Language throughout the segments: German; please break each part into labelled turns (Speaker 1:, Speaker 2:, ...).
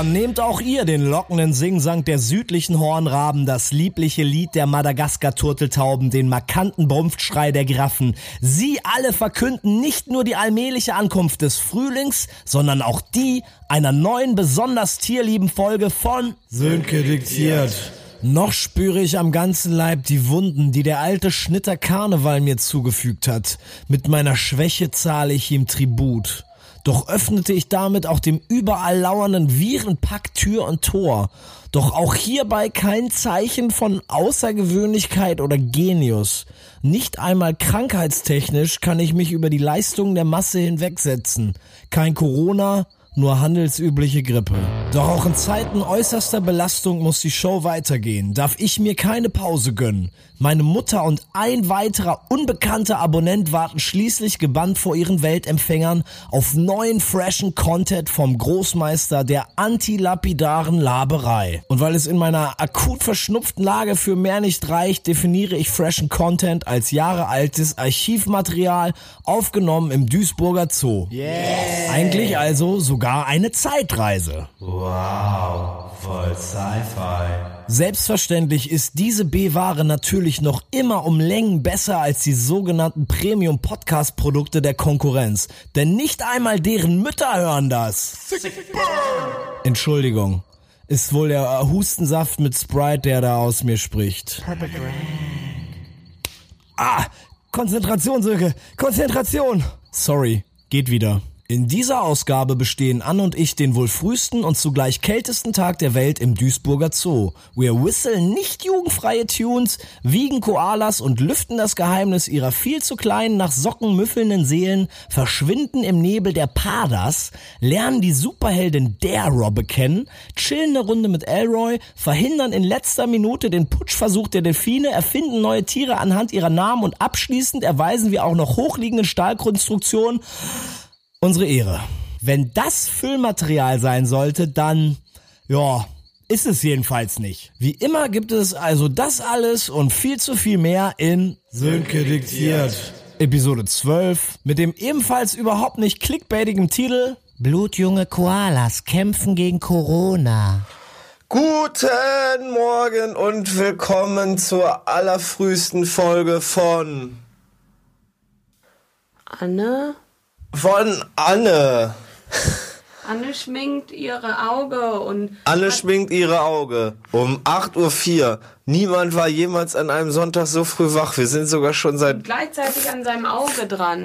Speaker 1: Vernehmt auch ihr den lockenden Singsang der südlichen Hornraben, das liebliche Lied der Madagaskar-Turteltauben, den markanten Brumpfschrei der Giraffen. Sie alle verkünden nicht nur die allmähliche Ankunft des Frühlings, sondern auch die einer neuen, besonders tierlieben Folge von
Speaker 2: Sönke diktiert.
Speaker 1: Noch spüre ich am ganzen Leib die Wunden, die der alte Schnitter Karneval mir zugefügt hat. Mit meiner Schwäche zahle ich ihm Tribut. Doch öffnete ich damit auch dem überall lauernden Virenpack Tür und Tor. Doch auch hierbei kein Zeichen von Außergewöhnlichkeit oder Genius. Nicht einmal krankheitstechnisch kann ich mich über die Leistungen der Masse hinwegsetzen. Kein Corona, nur handelsübliche Grippe. Doch auch in Zeiten äußerster Belastung muss die Show weitergehen. Darf ich mir keine Pause gönnen. Meine Mutter und ein weiterer unbekannter Abonnent warten schließlich gebannt vor ihren Weltempfängern auf neuen, freshen Content vom Großmeister der antilapidaren Laberei. Und weil es in meiner akut verschnupften Lage für mehr nicht reicht, definiere ich freshen Content als jahrealtes Archivmaterial, aufgenommen im Duisburger Zoo.
Speaker 2: Yeah.
Speaker 1: Eigentlich also sogar eine Zeitreise.
Speaker 2: Wow, voll Sci-Fi.
Speaker 1: Selbstverständlich ist diese B-Ware natürlich noch immer um Längen besser als die sogenannten Premium-Podcast-Produkte der Konkurrenz. Denn nicht einmal deren Mütter hören das. Entschuldigung, ist wohl der Hustensaft mit Sprite, der da aus mir spricht. Konzentration, Sönke, Konzentration. Sorry, geht wieder. In dieser Ausgabe bestehen Ann und ich den wohl frühesten und zugleich kältesten Tag der Welt im Duisburger Zoo. Wir whistlen nicht jugendfreie Tunes, wiegen Koalas und lüften das Geheimnis ihrer viel zu kleinen, nach Socken müffelnden Seelen, verschwinden im Nebel der Padas, lernen die Superheldin Dare-Robbe kennen, chillen eine Runde mit Elroy, verhindern in letzter Minute den Putschversuch der Delfine, erfinden neue Tiere anhand ihrer Namen und abschließend erweisen wir auch noch hochliegenden Stahlkonstruktionen unsere Ehre. Wenn das Füllmaterial sein sollte, dann, ja, ist es jedenfalls nicht. Wie immer gibt es also das alles und viel zu viel mehr in
Speaker 2: Sönke diktiert.
Speaker 1: Episode 12 mit dem ebenfalls überhaupt nicht clickbaitigen Titel Blutjunge Koalas kämpfen gegen Corona.
Speaker 2: Guten Morgen und willkommen zur allerfrühesten Folge von
Speaker 3: Anne?
Speaker 2: Von Anne.
Speaker 3: Anne schminkt ihre Auge und...
Speaker 2: Anne schminkt ihre Auge um 8:04 Uhr. Niemand war jemals an einem Sonntag so früh wach. Wir sind sogar schon seit...
Speaker 3: gleichzeitig an seinem Auge dran.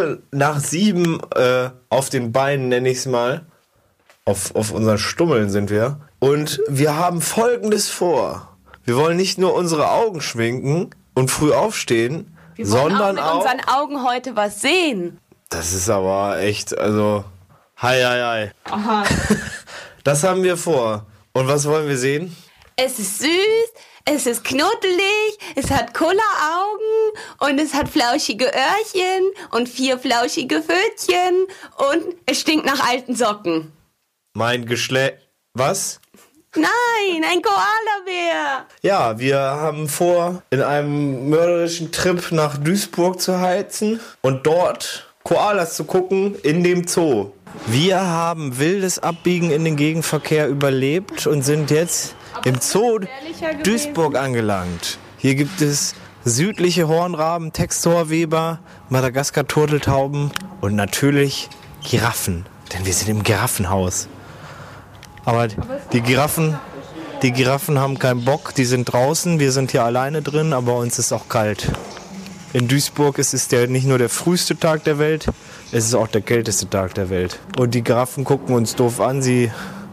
Speaker 2: 6:45 auf den Beinen, nenne ich es mal. Auf unseren Stummeln sind wir. Und wir haben Folgendes vor. Wir wollen nicht nur unsere Augen schminken und früh aufstehen,
Speaker 3: wir wollen
Speaker 2: sondern
Speaker 3: auch mit unseren Augen heute was sehen.
Speaker 2: Das ist aber echt, also, hi.
Speaker 3: Aha.
Speaker 2: Das haben wir vor. Und was wollen wir sehen?
Speaker 3: Es ist süß, es ist knuddelig, es hat Kulleraugen und es hat flauschige Öhrchen und 4 flauschige Pfötchen und es stinkt nach alten Socken.
Speaker 2: Mein Geschlecht... Was?
Speaker 3: Nein, ein Koalabär.
Speaker 2: Ja, wir haben vor, in einem mörderischen Trip nach Duisburg zu heizen und dort Koalas zu gucken in dem Zoo. Wir haben wildes Abbiegen in den Gegenverkehr überlebt und sind jetzt im Zoo Duisburg angelangt. Hier gibt es südliche Hornraben, Textorweber, Madagaskar-Turteltauben und natürlich Giraffen. Denn wir sind im Giraffenhaus. Aber die Giraffen haben keinen Bock, die sind draußen, wir sind hier alleine drin, aber uns ist auch kalt. In Duisburg ist es nicht nur der früheste Tag der Welt, es ist auch der kälteste Tag der Welt. Und die Giraffen gucken uns doof an, sie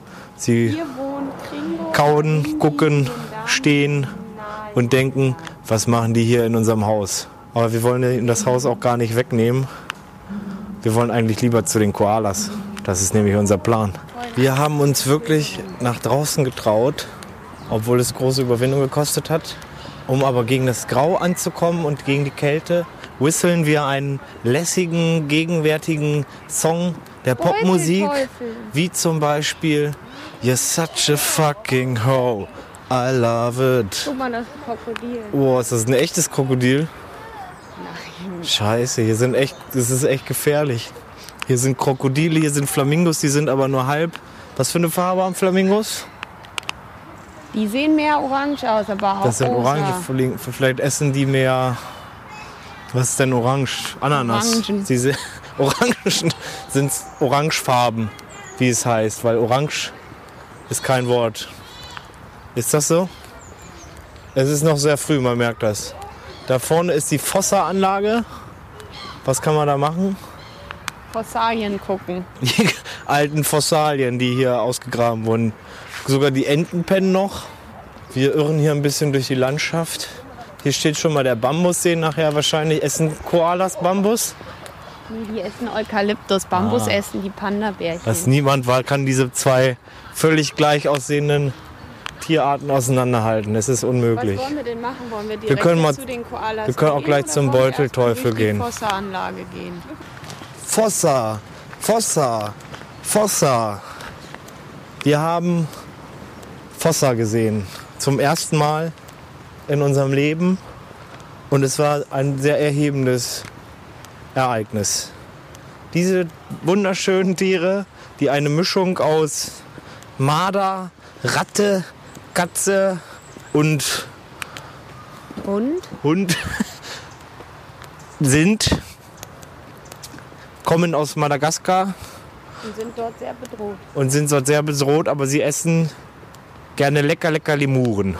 Speaker 2: kauen, gucken, stehen und denken, was machen die hier in unserem Haus? Aber wir wollen ihnen das Haus auch gar nicht wegnehmen. Wir wollen eigentlich lieber zu den Koalas. Das ist nämlich unser Plan. Wir haben uns wirklich nach draußen getraut, obwohl es große Überwindung gekostet hat. Um aber gegen das Grau anzukommen und gegen die Kälte, whistlen wir einen lässigen, gegenwärtigen Song der Popmusik, wie zum Beispiel You're such a fucking hoe, I love it.
Speaker 4: Guck mal, das ist ein Krokodil.
Speaker 2: Oh, ist das ein echtes Krokodil?
Speaker 4: Nein.
Speaker 2: Scheiße, das ist echt gefährlich. Hier sind Krokodile, hier sind Flamingos, die sind aber nur halb Was für eine Farbe haben Flamingos?
Speaker 3: Die sehen mehr orange aus, aber auch
Speaker 2: Das sind
Speaker 3: rosa.
Speaker 2: orange. Vielleicht essen die mehr. Was ist denn orange? Ananas.
Speaker 3: Orangen.
Speaker 2: Orangen sind Orangefarben, wie es heißt, weil orange ist kein Wort. Ist das so? Es ist noch sehr früh, man merkt das. Da vorne ist die Fossa-Anlage. Was kann man da machen?
Speaker 3: Fossilien gucken.
Speaker 2: Die alten Fossilien, die hier ausgegraben wurden. Sogar die Enten pennen noch. Wir irren hier ein bisschen durch die Landschaft. Hier steht schon mal der Bambussee nachher wahrscheinlich. Essen Koalas Bambus?
Speaker 3: Nee, die essen Eukalyptus. Bambus essen die Panda-Bärchen.
Speaker 2: Was niemand war, kann diese zwei völlig gleich aussehenden Tierarten auseinanderhalten. Es ist unmöglich.
Speaker 3: Was wollen wir denn machen? Wollen wir direkt
Speaker 2: können mal-
Speaker 3: zu den Koalas
Speaker 2: wir können auch
Speaker 3: gehen,
Speaker 2: gleich
Speaker 3: oder
Speaker 2: zum
Speaker 3: wollen wir erst
Speaker 2: Beutelteufel
Speaker 3: durch die
Speaker 2: gehen.
Speaker 3: Fossa-Anlage gehen.
Speaker 2: Fossa, Fossa, Fossa. Wir haben Fossa gesehen. Zum ersten Mal in unserem Leben. Und es war ein sehr erhebendes Ereignis. Diese wunderschönen Tiere, die eine Mischung aus Marder, Ratte, Katze und Hund sind, kommen aus Madagaskar
Speaker 3: Und sind dort sehr bedroht.
Speaker 2: und sind dort sehr bedroht, aber sie essen gerne lecker Lemuren.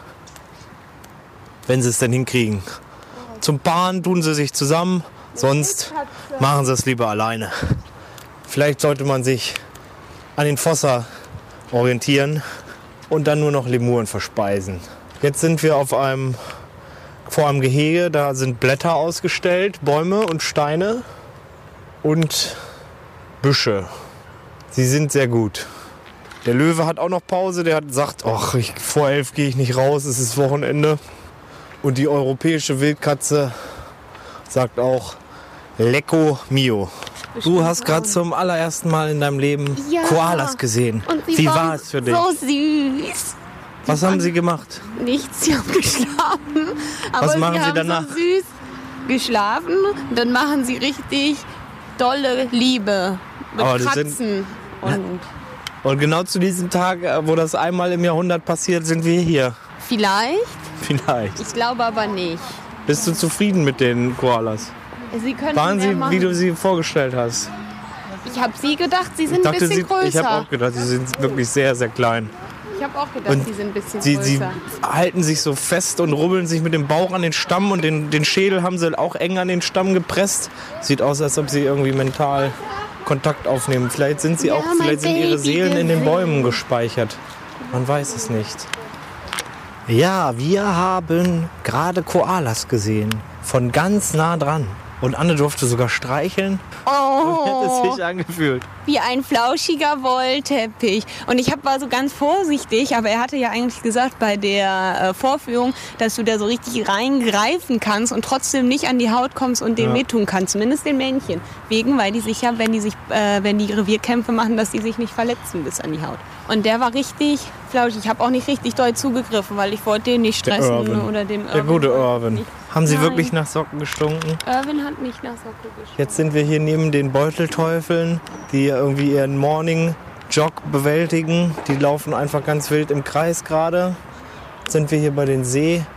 Speaker 2: Wenn sie es denn hinkriegen. Zum Paaren tun sie sich zusammen, sonst machen sie es lieber alleine. Vielleicht sollte man sich an den Fossa orientieren und dann nur noch Lemuren verspeisen. Jetzt sind wir vor einem Gehege, da sind Blätter ausgestellt, Bäume und Steine und Büsche. Sie sind sehr gut. Der Löwe hat auch noch Pause, der hat gesagt, ach, vor 11 gehe ich nicht raus, es ist Wochenende. Und die europäische Wildkatze sagt auch Lecco mio. Du hast gerade zum allerersten Mal in deinem Leben
Speaker 3: Ja.
Speaker 2: Koalas gesehen.
Speaker 3: Und sie
Speaker 2: Wie
Speaker 3: waren
Speaker 2: war es für dich?
Speaker 3: so süß.
Speaker 2: Was haben sie gemacht?
Speaker 3: Nichts, sie haben geschlafen. Aber
Speaker 2: Was machen
Speaker 3: sie
Speaker 2: sie
Speaker 3: haben
Speaker 2: danach?
Speaker 3: so süß geschlafen. Und dann machen sie richtig dolle Liebe. Mit
Speaker 2: Aber das
Speaker 3: Kratzen. Und
Speaker 2: Und genau zu diesem Tag, wo das einmal im Jahrhundert passiert, sind wir hier.
Speaker 3: vielleicht,
Speaker 2: Vielleicht.
Speaker 3: ich glaube aber nicht.
Speaker 2: Bist du zufrieden mit den Koalas?
Speaker 3: Sie können
Speaker 2: Waren
Speaker 3: mehr
Speaker 2: sie,
Speaker 3: machen.
Speaker 2: wie du sie vorgestellt hast?
Speaker 3: Ich habe sie gedacht, sie sind ein bisschen größer.
Speaker 2: ich habe auch gedacht, sie sind wirklich sehr, sehr klein.
Speaker 3: Ich habe auch gedacht,
Speaker 2: Und
Speaker 3: sie sind ein bisschen
Speaker 2: Sie
Speaker 3: größer.
Speaker 2: halten sich so fest und rubbeln sich mit dem Bauch an den Stamm und den Schädel haben sie auch eng an den Stamm gepresst. Sieht aus, als ob sie irgendwie mental Kontakt aufnehmen. Vielleicht sind sie
Speaker 3: Ja,
Speaker 2: auch,
Speaker 3: mein
Speaker 2: vielleicht sind ihre
Speaker 3: Baby
Speaker 2: Seelen in den
Speaker 3: gesehen.
Speaker 2: Bäumen gespeichert. Man weiß es nicht. Ja, wir haben gerade Koalas gesehen. Von ganz nah dran. Und Anne durfte sogar streicheln. Wie hat es
Speaker 3: Oh,
Speaker 2: sich angefühlt?
Speaker 3: wie ein flauschiger Wollteppich. Und ich war so ganz vorsichtig, aber er hatte ja eigentlich gesagt bei der Vorführung, dass du da so richtig reingreifen kannst und trotzdem nicht an die Haut kommst und denen wehtun kannst. Zumindest den Männchen. Weil die sich ja, wenn die Revierkämpfe machen, dass die sich nicht verletzen bis an die Haut. Und der war richtig flauschig. Ich habe auch nicht richtig doll zugegriffen, weil ich wollte den nicht stressen.
Speaker 2: Irwin.
Speaker 3: Oder dem
Speaker 2: Der gute Irwin.
Speaker 3: Nicht.
Speaker 2: Haben sie
Speaker 3: Nein.
Speaker 2: wirklich nach Socken gestunken?
Speaker 3: Irwin hat nicht nach Socke geschaut.
Speaker 2: Jetzt sind wir hier neben den Beutelteufeln, die irgendwie ihren Morning-Jog bewältigen. Die laufen einfach ganz wild im Kreis gerade. Jetzt sind wir hier bei den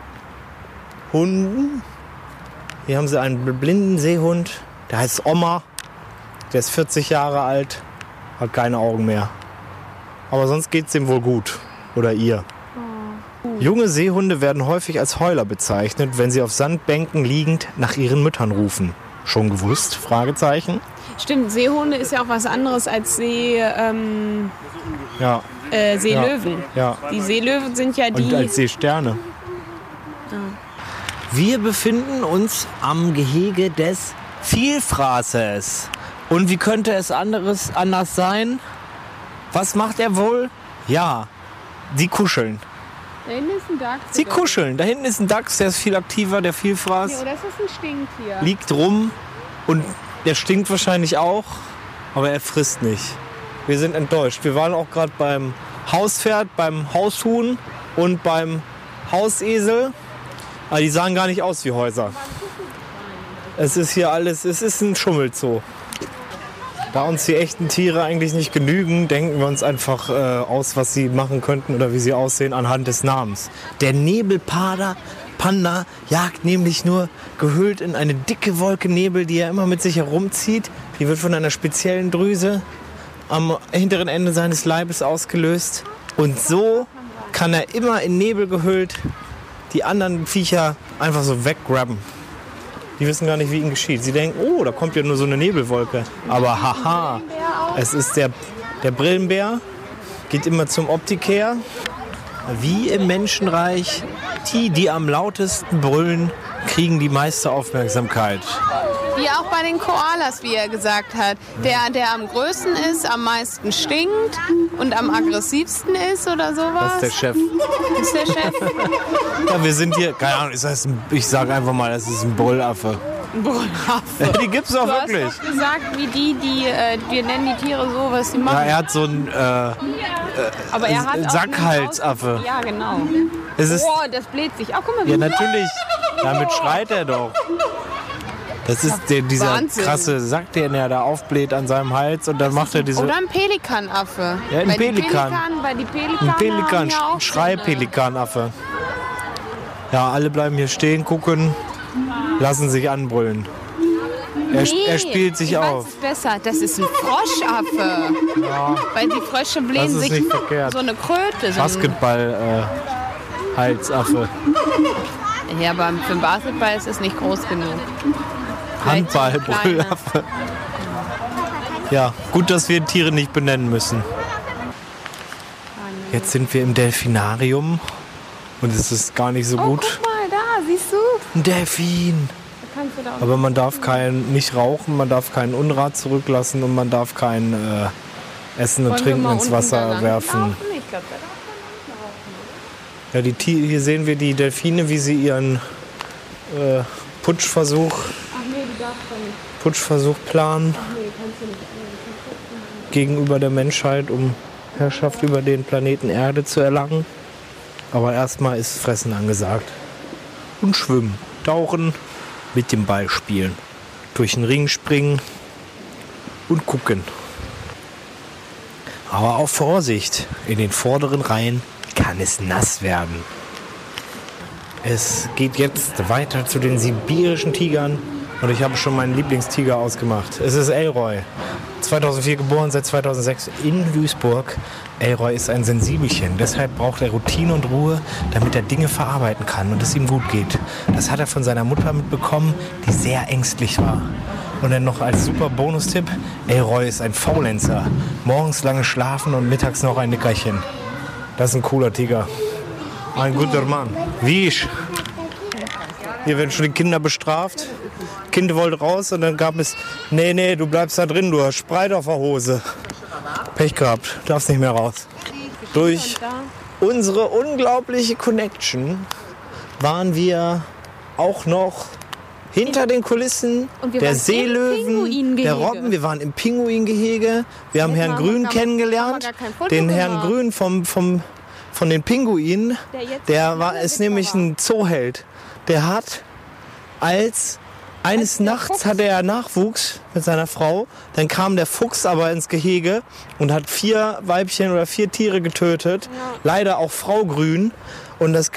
Speaker 2: Seehunden. Hier haben sie einen blinden Seehund. Der heißt Oma. Der ist 40 Jahre alt, hat keine Augen mehr. Aber sonst geht es ihm wohl gut. Oder ihr. Junge Seehunde werden häufig als Heuler bezeichnet, wenn sie auf Sandbänken liegend nach ihren Müttern rufen. Schon gewusst? Fragezeichen.
Speaker 3: Stimmt, Seehunde ist ja auch was anderes als Seelöwen.
Speaker 2: Ja, ja.
Speaker 3: Die Seelöwen sind ja
Speaker 2: Und
Speaker 3: die...
Speaker 2: als Seesterne. Wir befinden uns am Gehege des Vielfraßes. Und wie könnte es anders sein? Was macht er wohl? Ja, sie kuscheln.
Speaker 3: Da hinten ist ein Dachs.
Speaker 2: Sie kuscheln. Da hinten ist ein Dachs, der ist viel aktiver, der Vielfraß.
Speaker 3: Ja, das ist ein Stinktier.
Speaker 2: Liegt rum und der stinkt wahrscheinlich auch, aber er frisst nicht. Wir sind enttäuscht. Wir waren auch gerade beim Hauspferd, beim Haushuhn und beim Hausesel. Aber die sahen gar nicht aus wie Häuser. Es ist hier alles, es ist ein Schummelzoo. Da uns die echten Tiere eigentlich nicht genügen, denken wir uns einfach aus, was sie machen könnten oder wie sie aussehen anhand des Namens. Der Nebelpanda jagt nämlich nur gehüllt in eine dicke Wolke Nebel, die er immer mit sich herumzieht. Die wird von einer speziellen Drüse am hinteren Ende seines Leibes ausgelöst. Und so kann er immer in Nebel gehüllt die anderen Viecher einfach so weggrabben. Die wissen gar nicht, wie ihnen geschieht. Sie denken, oh, da kommt ja nur so eine Nebelwolke. Aber haha, es ist der Brillenbär, geht immer zum Optiker. Wie im Menschenreich, die am lautesten brüllen, kriegen die meiste Aufmerksamkeit.
Speaker 5: Wie auch bei den Koalas, wie er gesagt hat. Der am größten ist, am meisten stinkt und am aggressivsten ist oder sowas.
Speaker 2: Das ist der Chef.
Speaker 5: Das ist der Chef.
Speaker 2: Ja, wir sind hier, keine Ahnung, ich sage einfach mal, das ist ein Brüllaffe.
Speaker 5: Brüllaffe.
Speaker 2: Die gibt's auch wirklich.
Speaker 5: Du hast doch gesagt, wie wir nennen die Tiere so, was sie machen.
Speaker 2: Ja, er hat so einen
Speaker 5: Aber er hat auch
Speaker 2: Sackhalsaffe.
Speaker 5: Ja, genau.
Speaker 2: Boah,
Speaker 5: das bläht sich. Ach, guck mal, wie
Speaker 2: ja, natürlich. Damit schreit er doch. Das ist dieser
Speaker 5: Wahnsinn.
Speaker 2: krasse Sack, den er da aufbläht an seinem Hals und dann macht er diese...
Speaker 5: Oder ein Pelikanaffe.
Speaker 2: Ja, ein Pelikan.
Speaker 5: Weil die Pelikane
Speaker 2: Ein Pelikan,
Speaker 5: haben ja auch
Speaker 2: Schreipelikanaffe. Ja, alle bleiben hier stehen, gucken, lassen sich anbrüllen. Er spielt sich auf.
Speaker 5: Das ist besser. Das ist ein Froschaffe.
Speaker 2: Ja,
Speaker 5: Weil die Frösche blähen
Speaker 2: das ist
Speaker 5: sich
Speaker 2: nicht verkehrt.
Speaker 5: so eine Kröte.
Speaker 2: Basketball-Halsaffe.
Speaker 5: Ja, aber für einen Basketball ist es nicht groß genug.
Speaker 2: Handball-Brüllaffe. Ja, gut, dass wir Tiere nicht benennen müssen. Jetzt sind wir im Delfinarium und es ist gar nicht so gut.
Speaker 5: Guck mal, da, siehst du?
Speaker 2: Ein Delfin. Aber man darf nicht rauchen, man darf keinen Unrat zurücklassen und man darf kein Essen und Trinken ins Wasser werfen. Ja, hier sehen wir die Delfine, wie sie ihren Putschversuch planen gegenüber der Menschheit, um Herrschaft über den Planeten Erde zu erlangen. Aber erstmal ist Fressen angesagt. Und schwimmen, tauchen, mit dem Ball spielen, durch den Ring springen und gucken. Aber auch Vorsicht, in den vorderen Reihen kann es nass werden. Es geht jetzt weiter zu den sibirischen Tigern und ich habe schon meinen Lieblingstiger ausgemacht. Es ist Elroy. 2004 geboren, seit 2006 in Duisburg. Elroy ist ein Sensibelchen, deshalb braucht er Routine und Ruhe, damit er Dinge verarbeiten kann und es ihm gut geht. Das hat er von seiner Mutter mitbekommen, die sehr ängstlich war. Und dann noch als super Bonustipp, Elroy ist ein Faulenzer. Morgens lange schlafen und mittags noch ein Nickerchen. Das ist ein cooler Tiger. Ein guter Mann. Wie ich. Hier werden schon die Kinder bestraft. Kind wollte raus und dann gab es, nee, du bleibst da drin, du hast Spreit auf der Hose. Pech gehabt, darfst nicht mehr raus. Durch unsere unglaubliche Connection waren wir auch noch hinter den Kulissen der Seelöwen, der Robben. Wir waren im Pinguingehege. Wir haben Herrn Grün kennengelernt. Den Herrn Grün von den Pinguinen. Ist nämlich ein Zooheld. Der hat eines Nachts hatte er Nachwuchs mit seiner Frau. Dann kam der Fuchs aber ins Gehege und hat 4 Weibchen oder 4 Tiere getötet. Ja. Leider auch Frau Grün. Und das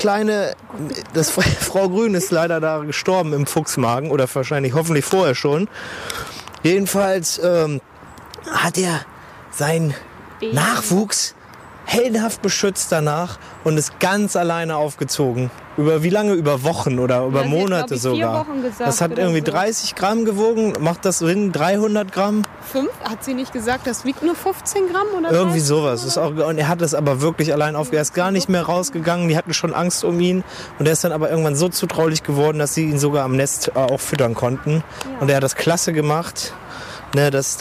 Speaker 2: Frau Grün ist leider da gestorben im Fuchsmagen oder hoffentlich vorher schon. Jedenfalls hat er seinen Nachwuchs heldenhaft beschützt danach und ist ganz alleine aufgezogen. Über wie lange? Über Wochen oder über Monate sogar. 4 Wochen gesagt, das hat irgendwie 30 Gramm gewogen. Macht das Sinn? 300 Gramm?
Speaker 5: 5? Hat sie nicht gesagt, das wiegt nur 15 Gramm oder
Speaker 2: irgendwie sowas. Und er hat das aber wirklich allein aufgegeben. Er ist gar nicht mehr rausgegangen. Die hatten schon Angst um ihn. Und er ist dann aber irgendwann so zutraulich geworden, dass sie ihn sogar am Nest auch füttern konnten. Ja. Und er hat das klasse gemacht. Ne, das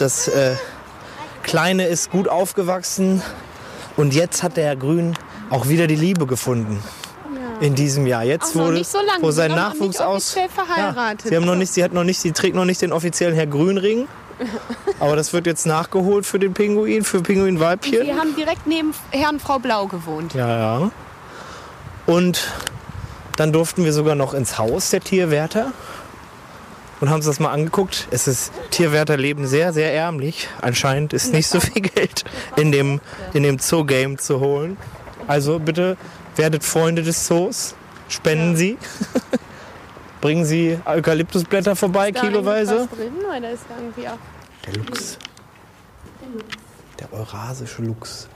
Speaker 2: Kleine ist gut aufgewachsen. Und jetzt hat der Herr Grün auch wieder die Liebe gefunden. In diesem Jahr. Jetzt wo sein Nachwuchs
Speaker 5: verheiratet.
Speaker 2: Sie trägt noch nicht den offiziellen Herr Grün-Ring. Aber das wird jetzt nachgeholt für den Pinguin, für Pinguinweibchen.
Speaker 5: Sie haben direkt neben Herrn Frau Blau gewohnt.
Speaker 2: Ja. Und dann durften wir sogar noch ins Haus der Tierwärter. und haben uns das mal angeguckt. Tierwärter leben sehr, sehr ärmlich. Anscheinend ist nicht so viel Geld in dem Zoo-Game zu holen. Also bitte werdet Freunde des Zoos, spenden Sie. Bringen Sie Eukalyptusblätter vorbei, kiloweise.
Speaker 5: Drin, oder ist da irgendwie auch
Speaker 2: Der Luchs. Der eurasische Luchs.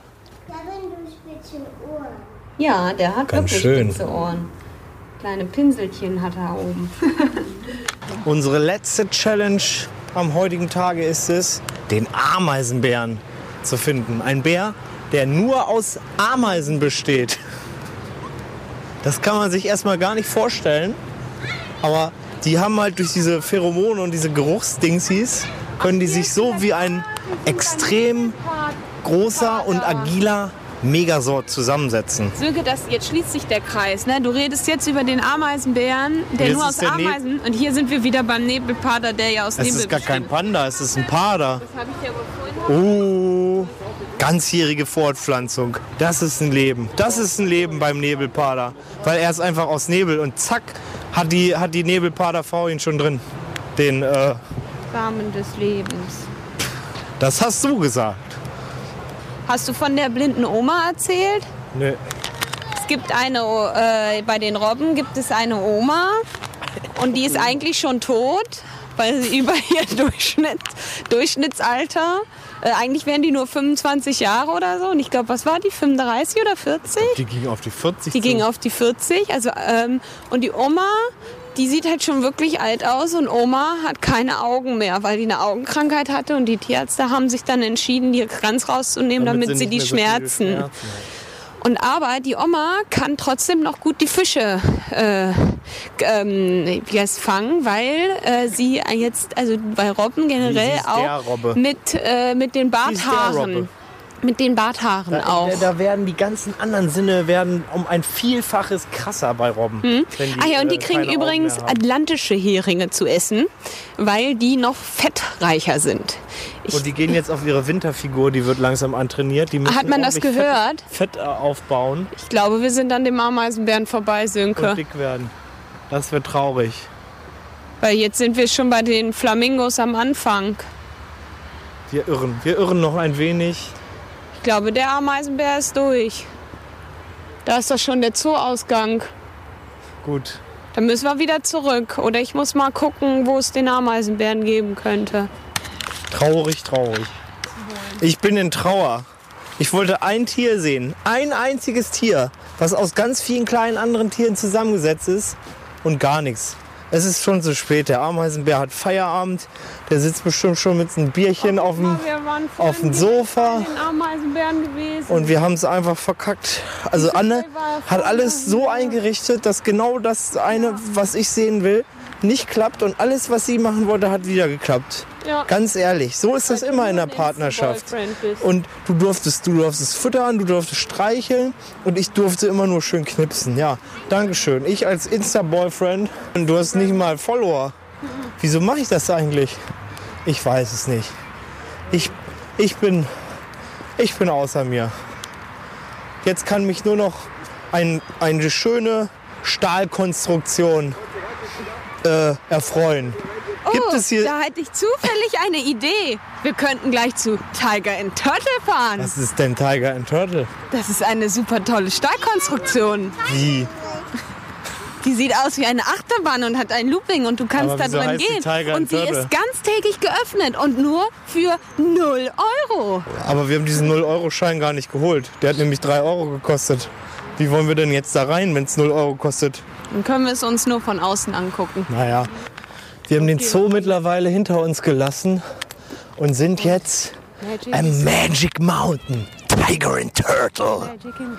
Speaker 3: Ja, der hat
Speaker 2: Ganz
Speaker 3: wirklich
Speaker 2: schön.
Speaker 3: spitze Ohren. Kleine Pinselchen hat er oben.
Speaker 2: Unsere letzte Challenge am heutigen Tage ist es, den Ameisenbären zu finden. Ein Bär, der nur aus Ameisen besteht. Das kann man sich erstmal gar nicht vorstellen. Aber die haben halt durch diese Pheromone und diese Geruchsdingsies, können die sich so wie ein extrem großer und agiler Megasort zusammensetzen.
Speaker 5: Sönke, jetzt schließt sich der Kreis. Ne? Du redest jetzt über den Ameisenbären, der
Speaker 2: Jetzt
Speaker 5: nur
Speaker 2: ist
Speaker 5: aus
Speaker 2: der
Speaker 5: Ameisen. Und hier sind wir wieder beim Nebelpader, der ja aus
Speaker 2: Es
Speaker 5: Nebel
Speaker 2: ist gar kein
Speaker 5: besteht.
Speaker 2: Panda, es ist ein Pader.
Speaker 5: Das habe ich dir aber vorhin
Speaker 2: Ganzjährige Fortpflanzung. Das ist ein Leben. Das ist ein Leben beim Nebelpader. Weil er ist einfach aus Nebel und zack, hat die Nebelpaderfrau ihn schon drin.
Speaker 5: Samen des Lebens.
Speaker 2: Das hast du gesagt.
Speaker 5: Hast du von der blinden Oma erzählt?
Speaker 2: Nö.
Speaker 5: Es gibt bei den Robben gibt es eine Oma und die ist eigentlich schon tot, weil sie über ihr Durchschnittsalter, eigentlich wären die nur 25 Jahre oder so und ich glaube, was war die, 35 oder 40?
Speaker 2: Die ging auf die 40
Speaker 5: Die ging auf die 40, also und die Oma, die sieht halt schon wirklich alt aus und Oma hat keine Augen mehr, weil die eine Augenkrankheit hatte und die Tierärzte haben sich dann entschieden, die ganz rauszunehmen, damit sie die
Speaker 2: nicht mehr so viele
Speaker 5: Schmerzen.
Speaker 2: hat.
Speaker 5: Und aber die Oma kann trotzdem noch gut die Fische fangen, weil sie jetzt, also bei Robben generell
Speaker 2: Sie ist der
Speaker 5: auch
Speaker 2: Robbe.
Speaker 5: mit den
Speaker 2: Sie ist der
Speaker 5: Barthaaren.
Speaker 2: Robbe.
Speaker 5: Mit den Barthaaren auch.
Speaker 2: Da werden die ganzen anderen Sinne um ein Vielfaches krasser bei Robben. Wenn
Speaker 5: Ach ja, und die kriegen
Speaker 2: keine Augen
Speaker 5: übrigens
Speaker 2: mehr haben.
Speaker 5: atlantische Heringe zu essen, weil die noch fettreicher sind.
Speaker 2: Und die gehen jetzt auf ihre Winterfigur, die wird langsam antrainiert. Die müssen
Speaker 5: Hat man das
Speaker 2: ordentlich
Speaker 5: gehört?
Speaker 2: Fett aufbauen
Speaker 5: Ich glaube, wir sind an dem Ameisenbären vorbei, Sönke.
Speaker 2: und dick werden. Das wird traurig.
Speaker 5: Weil jetzt sind wir schon bei den Flamingos am Anfang.
Speaker 2: Wir irren noch ein wenig.
Speaker 5: Ich glaube, der Ameisenbär ist durch. Da ist doch schon der Zooausgang.
Speaker 2: Gut.
Speaker 5: Dann müssen wir wieder zurück. Oder ich muss mal gucken, wo es den Ameisenbären geben könnte.
Speaker 2: Traurig. Ich bin in Trauer. Ich wollte ein Tier sehen. Ein einziges Tier, was aus ganz vielen kleinen anderen Tieren zusammengesetzt ist. Und gar nichts. Es ist schon zu spät. Der Ameisenbär hat Feierabend. Der sitzt bestimmt schon mit einem Bierchen auf dem Sofa.
Speaker 5: Den Ameisenbären gewesen.
Speaker 2: Und wir haben es einfach verkackt. Also Anne hat alles so eingerichtet, dass genau das eine, was ich sehen will, nicht klappt. Und alles, was sie machen wollte, hat wieder geklappt.
Speaker 5: Ja.
Speaker 2: Ganz ehrlich, so ist das immer in der Partnerschaft. Und du durftest füttern, du durftest streicheln und ich durfte immer nur schön knipsen. Ja, Dankeschön. Ich als Insta-Boyfriend, und du hast nicht mal Follower. Wieso mache ich das eigentlich? Ich weiß es nicht. Ich bin außer mir. Jetzt kann mich nur noch eine schöne Stahlkonstruktion erfreuen. Gibt es hier...
Speaker 5: Da hätte ich zufällig eine Idee. Wir könnten gleich zu Tiger and Turtle fahren.
Speaker 2: Was ist denn Tiger and Turtle?
Speaker 5: Das ist eine super tolle Stahlkonstruktion.
Speaker 2: Wie?
Speaker 5: Die sieht aus wie eine Achterbahn und hat ein Looping und du kannst
Speaker 2: Aber
Speaker 5: da
Speaker 2: wieso
Speaker 5: drin
Speaker 2: heißt die
Speaker 5: gehen.
Speaker 2: Tiger
Speaker 5: Und
Speaker 2: and
Speaker 5: sie
Speaker 2: Turtle?
Speaker 5: ist ganztägig geöffnet und nur für 0 €.
Speaker 2: Aber wir haben diesen 0-Euro-Schein gar nicht geholt. Der hat nämlich 3 € gekostet. Wie wollen wir denn jetzt da rein, wenn es 0 € kostet?
Speaker 5: Dann können wir es uns nur von außen angucken.
Speaker 2: Naja, wir haben den Zoo mittlerweile hinter uns gelassen und sind jetzt am Magic Mountain. Tiger and Turtle.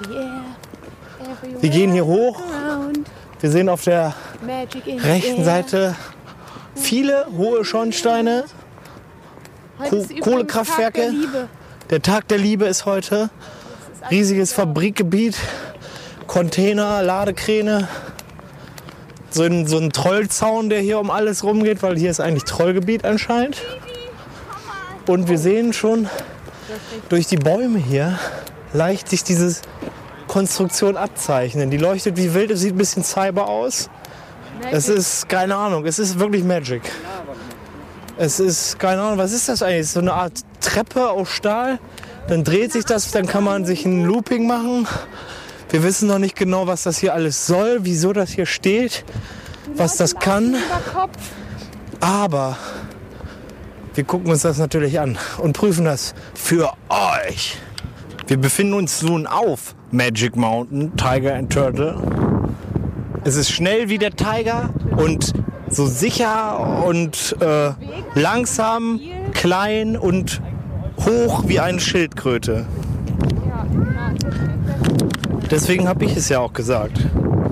Speaker 2: Wir gehen hier hoch. Wir sehen auf der rechten Seite viele hohe Schornsteine, Kohlekraftwerke. Der Tag der Liebe ist heute. Riesiges Fabrikgebiet, Container, Ladekräne. So ein Trollzaun, der hier um alles rumgeht, weil hier ist eigentlich Trollgebiet anscheinend. Und wir sehen schon durch die Bäume hier leicht sich diese Konstruktion abzeichnen. Die leuchtet wie wild, es sieht ein bisschen cyber aus. Es ist, keine Ahnung, es ist wirklich Magic. Es ist, keine Ahnung, was ist das eigentlich? So eine Art Treppe aus Stahl. Dann dreht sich das, dann kann man sich ein Looping machen. Wir wissen noch nicht genau, was das hier alles soll, wieso das hier steht, was das kann. Aber wir gucken uns das natürlich an und prüfen das für euch. Wir befinden uns nun auf Magic Mountain, Tiger and Turtle. Es ist schnell wie der Tiger und so sicher und langsam, klein und hoch wie eine Schildkröte. Deswegen habe ich es ja auch gesagt.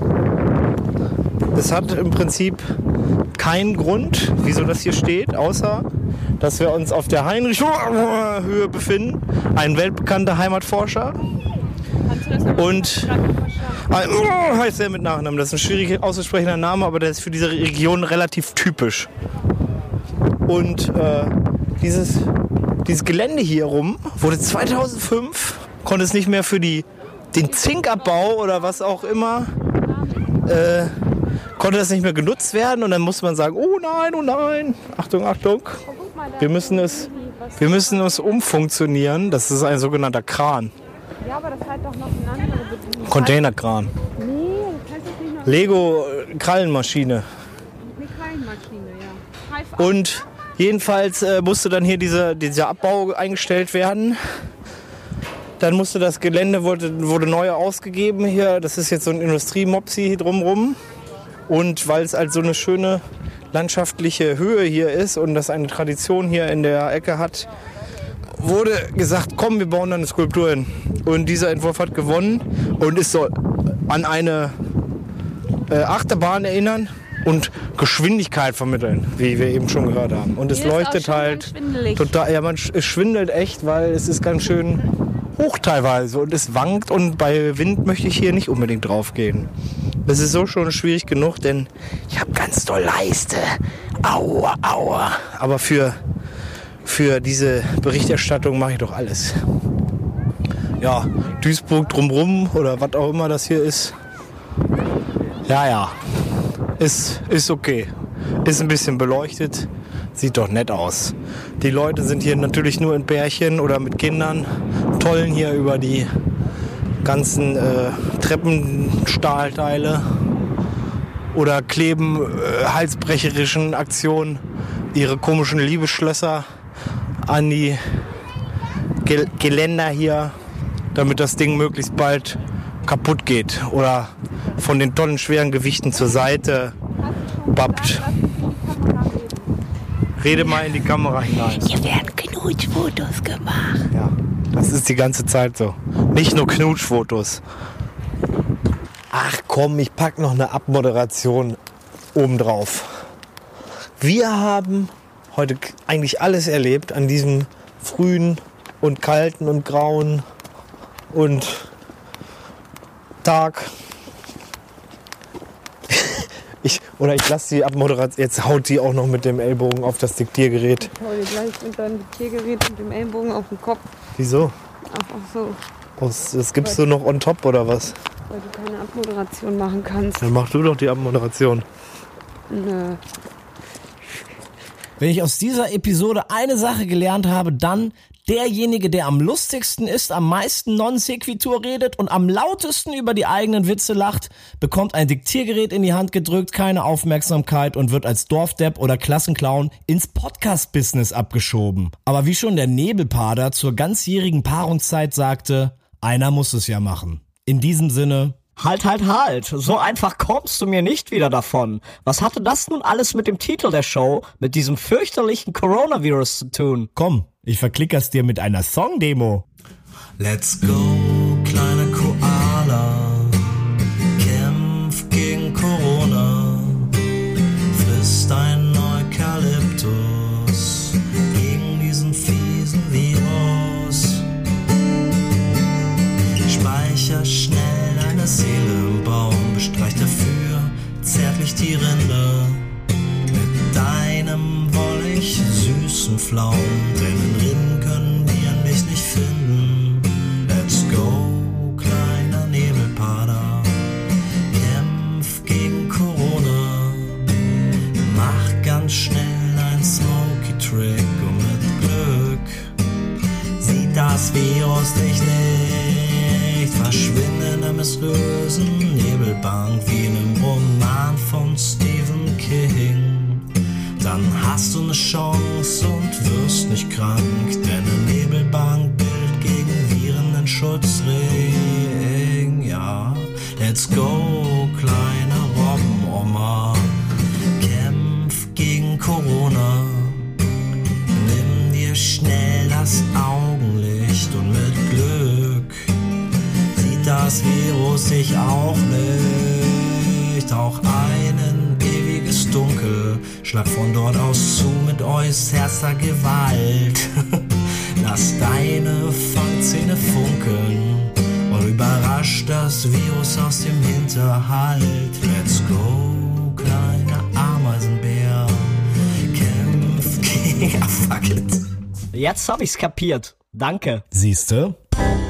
Speaker 2: Es hat im Prinzip keinen Grund, wieso das hier steht, außer dass wir uns auf der Heinrich-Höhe befinden, ein weltbekannter Heimatforscher. Und heißt er mit Nachnamen. Das ist ein schwierig auszusprechender Name, aber der ist für diese Region relativ typisch. Und dieses Gelände hier rum wurde 2005, konnte es nicht mehr für den Zinkabbau oder was auch immer, konnte das nicht mehr genutzt werden. Und dann musste man sagen, oh nein, Achtung, wir müssen es umfunktionionieren. Das ist ein sogenannter Kran.
Speaker 5: Ja, aber das hat doch noch eine andere Bedingung.
Speaker 2: Containerkran.
Speaker 5: Nee, das heißt jetzt nicht noch.
Speaker 2: Lego Krallenmaschine.
Speaker 5: Eine Krallenmaschine, ja.
Speaker 2: Und jedenfalls musste dann hier dieser Abbau eingestellt werden. Dann musste das Gelände, wurde neu ausgegeben hier. Das ist jetzt so ein Industriemopsi hier drumrum. Und weil es halt so eine schöne landschaftliche Höhe hier ist und das eine Tradition hier in der Ecke hat, wurde gesagt, komm, wir bauen da eine Skulptur hin. Und dieser Entwurf hat gewonnen und es soll an eine Achterbahn erinnern und Geschwindigkeit vermitteln, wie wir eben schon gehört haben. Und es leuchtet halt total, ja, es schwindelt echt, weil es ist ganz schön hoch teilweise und es wankt und bei Wind möchte ich hier nicht unbedingt drauf gehen. Das ist so schon schwierig genug, denn ich habe ganz doll Leiste. Aua. Aber für diese Berichterstattung mache ich doch alles. Ja, Duisburg drumrum oder was auch immer das hier ist. Ja, ist okay. Ist ein bisschen beleuchtet, sieht doch nett aus. Die Leute sind hier natürlich nur in Pärchen oder mit Kindern, tollen hier über die ganzen Treppenstahlteile oder kleben halsbrecherischen Aktionen ihre komischen Liebesschlösser an die Geländer hier, damit das Ding möglichst bald kaputt geht oder von den tonnenschweren Gewichten zur Seite babbt. Rede mal in die Kamera hinein.
Speaker 3: Hier werden Knutschfotos gemacht.
Speaker 2: Ja, das ist die ganze Zeit so. Nicht nur Knutschfotos. Ach komm, ich pack noch eine Abmoderation obendrauf. Wir haben heute eigentlich alles erlebt an diesem frühen und kalten und grauen und Tag. Ich lasse die Abmoderation, jetzt haut die auch noch mit dem Ellbogen auf das Diktiergerät.
Speaker 5: Ich hau dir gleich mit deinem Diktiergerät mit dem Ellbogen auf den Kopf.
Speaker 2: Wieso?
Speaker 5: Ach so,
Speaker 2: Das gibst du noch on top oder was?
Speaker 5: weil du keine Abmoderation machen kannst.
Speaker 2: Dann mach du doch die Abmoderation.
Speaker 5: Nö.
Speaker 1: Wenn ich aus dieser Episode eine Sache gelernt habe, dann derjenige, der am lustigsten ist, am meisten non sequitur redet und am lautesten über die eigenen Witze lacht, bekommt ein Diktiergerät in die Hand gedrückt, keine Aufmerksamkeit und wird als Dorfdepp oder Klassenclown ins Podcast-Business abgeschoben. Aber wie schon der Nebelpader zur ganzjährigen Paarungszeit sagte, einer muss es ja machen. In diesem Sinne...
Speaker 6: Halt. So einfach kommst du mir nicht wieder davon. Was hatte das nun alles mit dem Titel der Show, mit diesem fürchterlichen Coronavirus zu tun?
Speaker 1: Komm, ich verklicker's dir mit einer Songdemo.
Speaker 7: Let's go, kleine Koala, kämpf gegen Corona, frisst ein Eukalyptus gegen diesen fiesen Virus. Speicher schnell deine Seele im Baum, bestreich dafür zärtlich die Rinde mit deinem wollig süßen Flaum, denn in Rinden können wir dich nicht finden. Let's go, kleiner Nebelpader, kämpf gegen Corona, Virus dich nicht. Verschwinde in der mysteriösen Nebelbank wie in einem Roman von Stephen King. Dann hast du eine Chance und wirst nicht krank, denn eine Nebelbank bildet gegen Viren einen Schutzring. Ja, let's go, kleine Robbenoma. Kämpf gegen Corona. Nimm dir schnell das Augenlicht und mit Glück sieht das Virus sich auch nicht. Auch einen ewiges Dunkel, schlag von dort aus zu mit äußerster Gewalt. Lass deine Fangzähne funkeln und überrasch das Virus aus dem Hinterhalt. Let's go, kleiner Ameisenbär, kämpf gegen... Fuck it.
Speaker 6: Jetzt hab ich's kapiert. Danke.
Speaker 1: Siehste?